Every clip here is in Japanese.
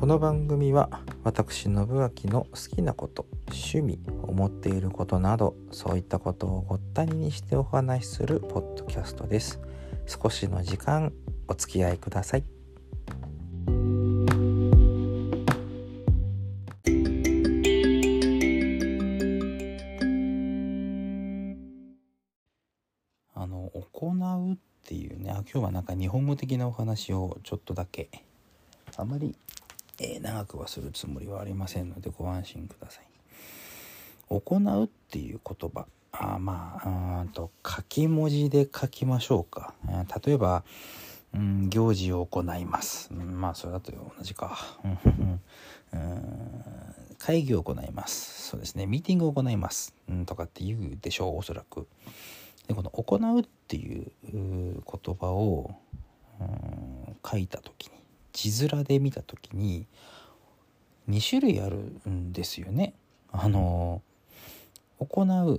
この番組は私信明の好きなこと、趣味、思っていることなど、そういったことをごったににしてお話しするポッドキャストです。少しの時間お付き合いください。行うっていうね、今日はなんか日本語的なお話をちょっとだけ、あまり、長くはするつもりはありませんのでご安心ください。行うっていう言葉、書き文字で書きましょうか。例えば、行事を行います。それだと同じか。会議を行います。そうですね。ミーティングを行います。とかって言うでしょう、おそらく。でこの行うっていう言葉を書いた時に、字面で見た時に2種類あるんですよね。行う、行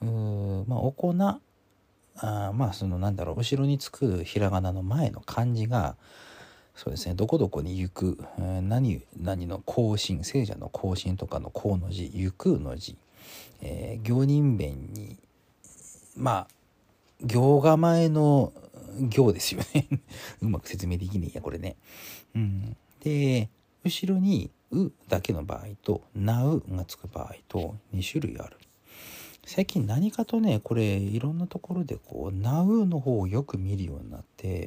後ろにつくひらがなの前の漢字がそうですね、どこどこに行く、何の行進、聖者の行進とかの行の字、行くの字、行人弁に行構えの行ですよねうまく説明できねえやこれね。で後ろにうだけの場合となうがつく場合と2種類ある。最近何かとね、これいろんなところでなうの方をよく見るようになって、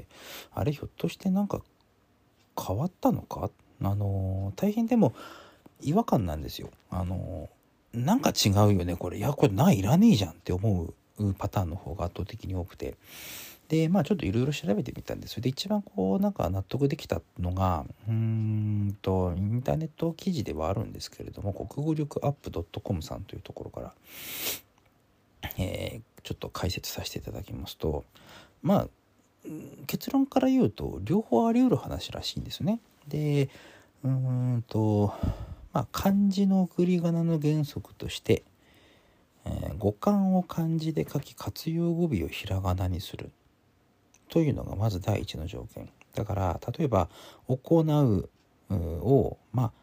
あれひょっとしてなんか変わったのか、大変でも違和感なんですよ。なんか違うよねこれ、これいらねえじゃんって思うパターンの方が圧倒的に多くて、でちょっといろいろ調べてみたんです。で一番なんか納得できたのがインターネット記事ではあるんですけれども、国語力アップ .com さんというところから、ちょっと解説させていただきますと、結論から言うと両方あり得る話らしいんですね。で漢字の送り仮名の原則として、語感を漢字で書き活用語尾をひらがなにするというのがまず第一の条件だから、例えば行うを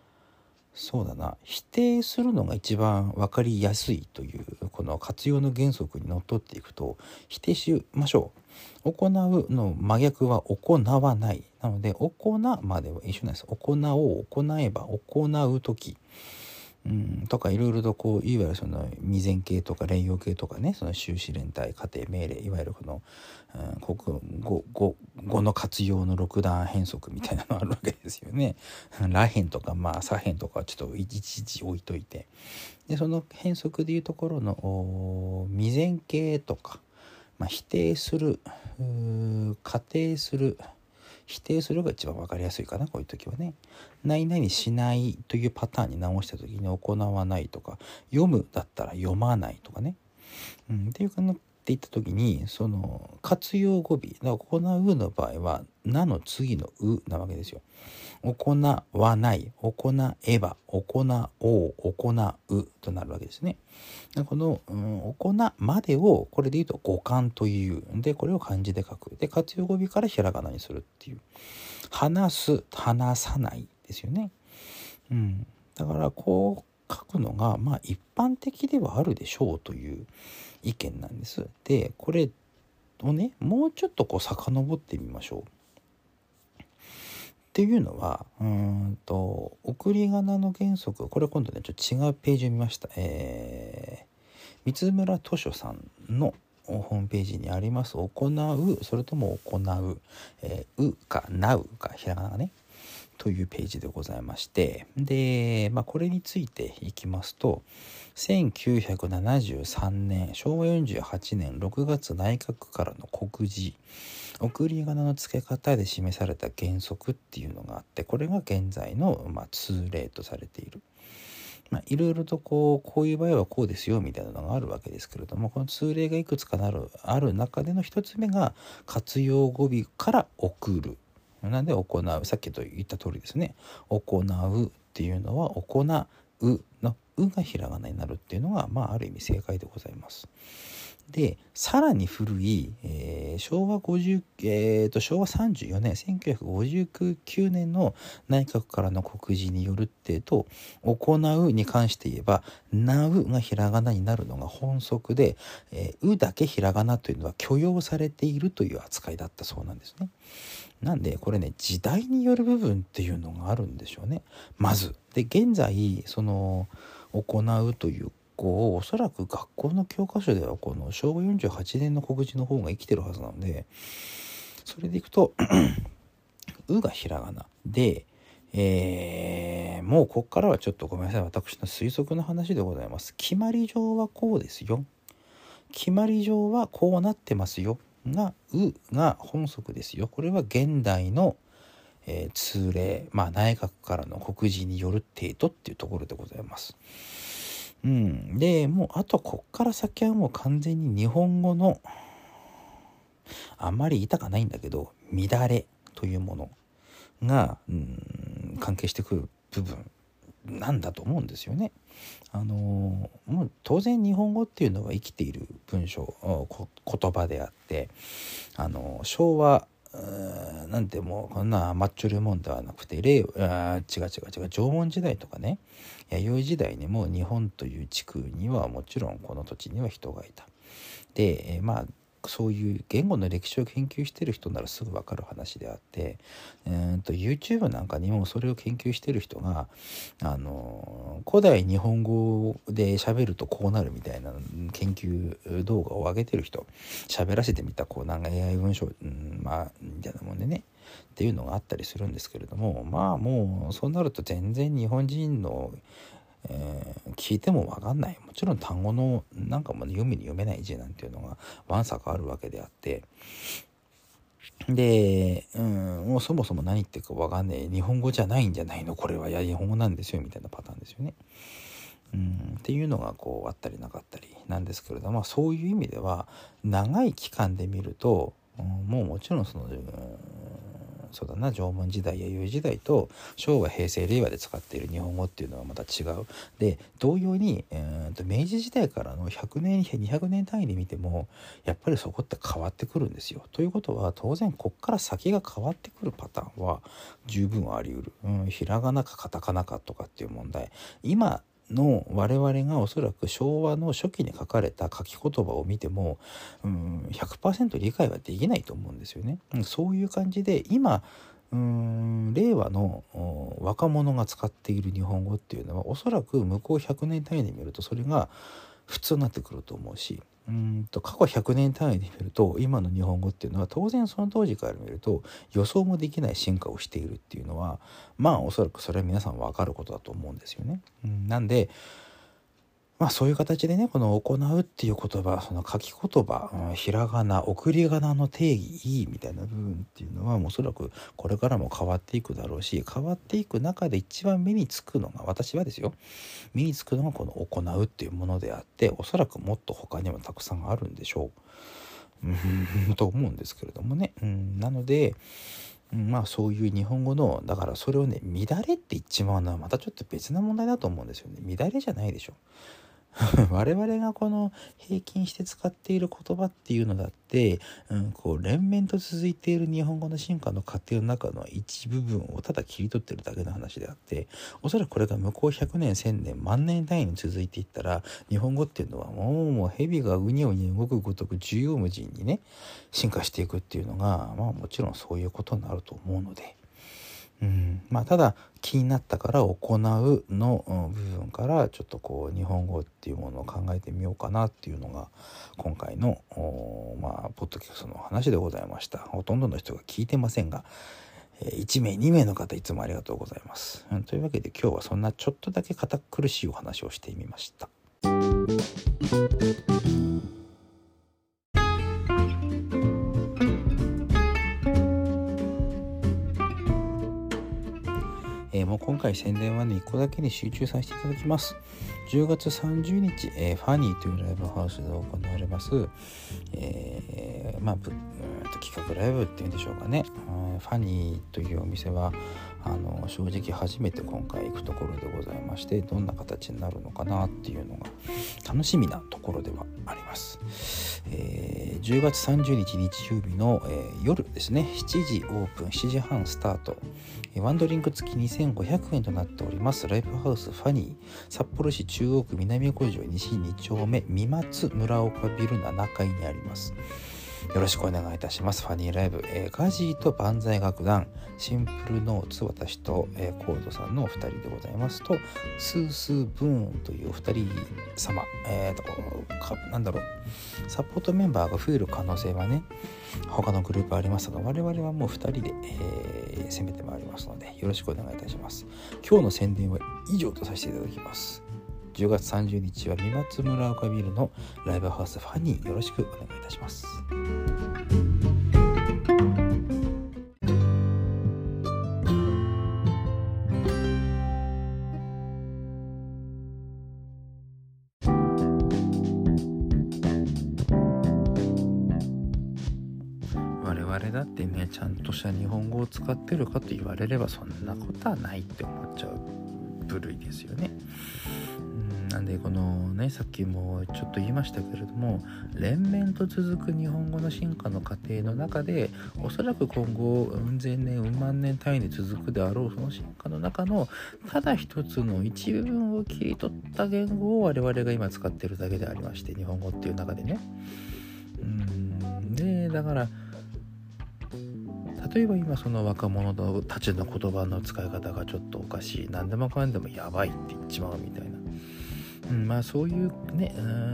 否定するのが一番分かりやすいというこの活用の原則にのっとっていくと、否定しましょう。行うの真逆は行わないなので、行までは一緒なんです。行おう、行えば、行う時とかいろいろといわゆるその未然形とか連用形とかね、その終止連帯仮定命令、いわゆるこの、語の活用の六段変則みたいなのあるわけですよね。らへんとか左辺とかちょっと一時置いといて、でその変則でいうところの未然形とか、否定する、仮定する、否定するが一番分かりやすいかな、こういう時はね。何々しないというパターンに直した時に行わないとか、読むだったら読まないとかね、っていうかなっていった時に、その活用語尾だから行うの場合はなの次のうなわけですよ。行わない、行えば、行おう、行うとなるわけですね。この、行までをこれで言うと語感というで、これを漢字で書く。で活用語尾からひらがなにするっていう。話す、話さないですよね。だからこう書くのが一般的ではあるでしょうという意見なんです。でこれをね、もうちょっと遡ってみましょう。っていうのは送り仮名の原則、これ今度ねちょっと違うページを見ました。三村図書さんのホームページにあります行う、それとも行う、うかなうかひらがながねというページでございまして、でこれについていきますと、1973年昭和48年6月内閣からの告示、送り仮名の付け方で示された原則っていうのがあって、これが現在の通例とされている。いろいろとこういう場合はこうですよみたいなのがあるわけですけれども、この通例がいくつかある中での一つ目が活用語尾から送るなんで行う、さっきと言った通りですね。行うっていうのは行うのうがひらがなになるっていうのがある意味正解でございます。 でさらに古い、昭和34年1959年の内閣からの告示によるってと、行うに関して言えばなうがひらがなになるのが本則で、うだけひらがなというのは許容されているという扱いだったそうなんですね。なんでこれね、時代による部分っていうのがあるんでしょうね。まずで、現在その行うというおそらく学校の教科書ではこの昭和48年の告示の方が生きてるはずなので、それでいくとうがひらがなで、もうこっからはちょっとごめんなさい、私の推測の話でございます。決まり上はこうですよ、決まり上はこうなってますよがうが本則ですよ。これは現代の、通例、内閣からの告示による程度っていうところでございます。でもうあとこっから先はもう完全に日本語のあんまり言いたかないんだけど乱れというものが、関係してくる部分なんだと思うんですよね。もう当然日本語っていうのは生きている文章言葉であって、昭和なんてもうこんな甘っちょるもんではなくて、違う縄文時代とかね、弥生時代にも日本という地区にはもちろんこの土地には人がいた。で、そういう言語の歴史を研究してる人ならすぐ分かる話であって、YouTube なんかにもそれを研究してる人が古代日本語で喋るとこうなるみたいな研究動画を上げてる人、喋らせてみたなんか AI 文章、みたいなもんでねっていうのがあったりするんですけれども、もうそうなると全然日本人の聞いても分かんない、もちろん単語のなんかも読みに読めない字なんていうのがわんさかあるわけであって、で、もうそもそも何言ってるか分かんない、日本語じゃないんじゃないのこれは、いや日本語なんですよみたいなパターンですよね。っていうのがこうあったりなかったりなんですけれども、そういう意味では長い期間で見ると、もちろんそうだな、縄文時代弥生時代と昭和平成令和で使っている日本語っていうのはまた違う。で同様に、明治時代からの100年200年単位で見てもやっぱりそこって変わってくるんですよ。ということは当然こっから先が変わってくるパターンは十分あり得る。ひらがなかカタカナかとかっていう問題、今の我々がおそらく昭和の初期に書かれた書き言葉を見ても、100% 理解はできないと思うんですよね。そういう感じで今令和の若者が使っている日本語っていうのはおそらく向こう100年単位で見るとそれが普通になってくると思うし、過去100年単位で見ると今の日本語っていうのは当然その当時から見ると予想もできない進化をしているっていうのはおそらくそれは皆さん分かることだと思うんですよね。なんでそういう形でね、この行うっていう言葉、その書き言葉、ひらがな、送り仮名の定義みたいな部分っていうのはおそらくこれからも変わっていくだろうし、変わっていく中で一番目につくのが、私はですよ、目につくのがこの行うっていうものであって、おそらくもっと他にもたくさんあるんでしょう。と思うんですけれどもね。なので、そういう日本語のだからそれをね乱れって言っちまうのはまたちょっと別な問題だと思うんですよね。乱れじゃないでしょ。我々がこの平均して使っている言葉っていうのだって、連綿と続いている日本語の進化の過程の中の一部分をただ切り取ってるだけの話であって、おそらくこれが向こう100年1000年万年単位に続いていったら日本語っていうのはもう蛇がうにょうに動くごとく縦横無尽にね進化していくっていうのがもちろんそういうことになると思うので、ただ気になったから行うの部分からちょっと日本語っていうものを考えてみようかなっていうのが今回のポッドキャストの話でございました。ほとんどの人が聞いてませんが、1名2名の方いつもありがとうございます。というわけで今日はそんなちょっとだけ堅苦しいお話をしてみました。 今回宣伝はね1個だけに集中させていただきます。10月30日、ファニーというライブハウスで行われます、企画ライブっていうんでしょうかね。ファニーというお店は正直初めて今回行くところでございまして、どんな形になるのかなっていうのが楽しみなところではあります。10月30日日曜日の、夜ですね、7時オープン、7時半スタート、ワンドリンク付き2500円となっておりますライブハウスファニー、札幌市中央区南五条西2丁目三松村岡ビル7階にあります。よろしくお願いいたします。ファニーライブ、ガジーと万歳楽団、シンプルノーツ、私と、コードさんのお二人でございますと、スースーブーンというお二人様、サポートメンバーが増える可能性はね、他のグループありますが、我々はもう2人で、攻めてまいりますので、よろしくお願いいたします。今日の宣伝は以上とさせていただきます。10月30日は三松村岡ビルのライブハウスファニー、よろしくお願いいたします。我々だってね、ちゃんとした日本語を使ってるかと言われればそんなことはないって思っちゃう部類ですよね。なんでこのね、さっきもちょっと言いましたけれども、連綿と続く日本語の進化の過程の中で、おそらく今後うん千年うん万年単位で続くであろうその進化の中のただ一つの一部分を切り取った言語を我々が今使っているだけでありまして、日本語っていう中でね。でだから例えば今その若者たちの言葉の使い方がちょっとおかしい、何でもかんでもやばいって言っちまうみたいな、そういうね、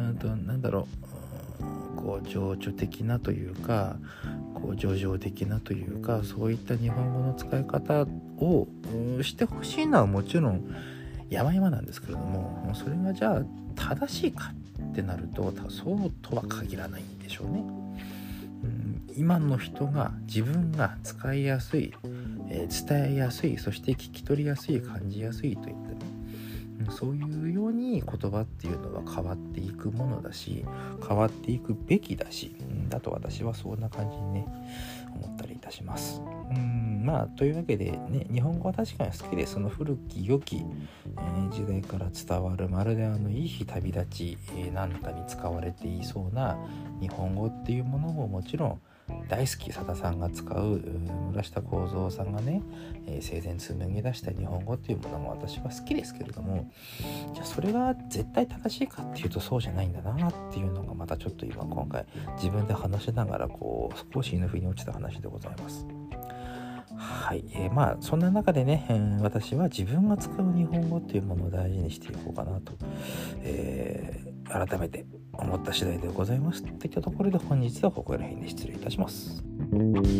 こう情緒的なというか、こう叙情的なというか、そういった日本語の使い方をしてほしいのはもちろん山々なんですけれども、それがじゃあ正しいかってなるとそうとは限らないんでしょうね。今の人が自分が使いやすい、伝えやすい、そして聞き取りやすい、感じやすいといった、そういうように言葉っていうのは変わっていくものだし、変わっていくべきだし、だと私はそんな感じにね思ったりいたします。というわけでね、日本語は確かに好きで、その古き良き、時代から伝わる、まるでいい日旅立ち、なんかに使われていそうな日本語っていうものももちろん大好き。さださんが使う、村下幸三さんがね、生前紡ぎ出した日本語っていうものも私は好きですけれども、じゃあそれが絶対正しいかっていうとそうじゃないんだなっていうのがまたちょっと今回自分で話しながら少し犬ふに落ちた話でございます。はい、そんな中でね、私は自分が使う日本語っていうものを大事にしていこうかなと、改めて思った次第でございます。といったところで本日はここら辺で失礼いたします。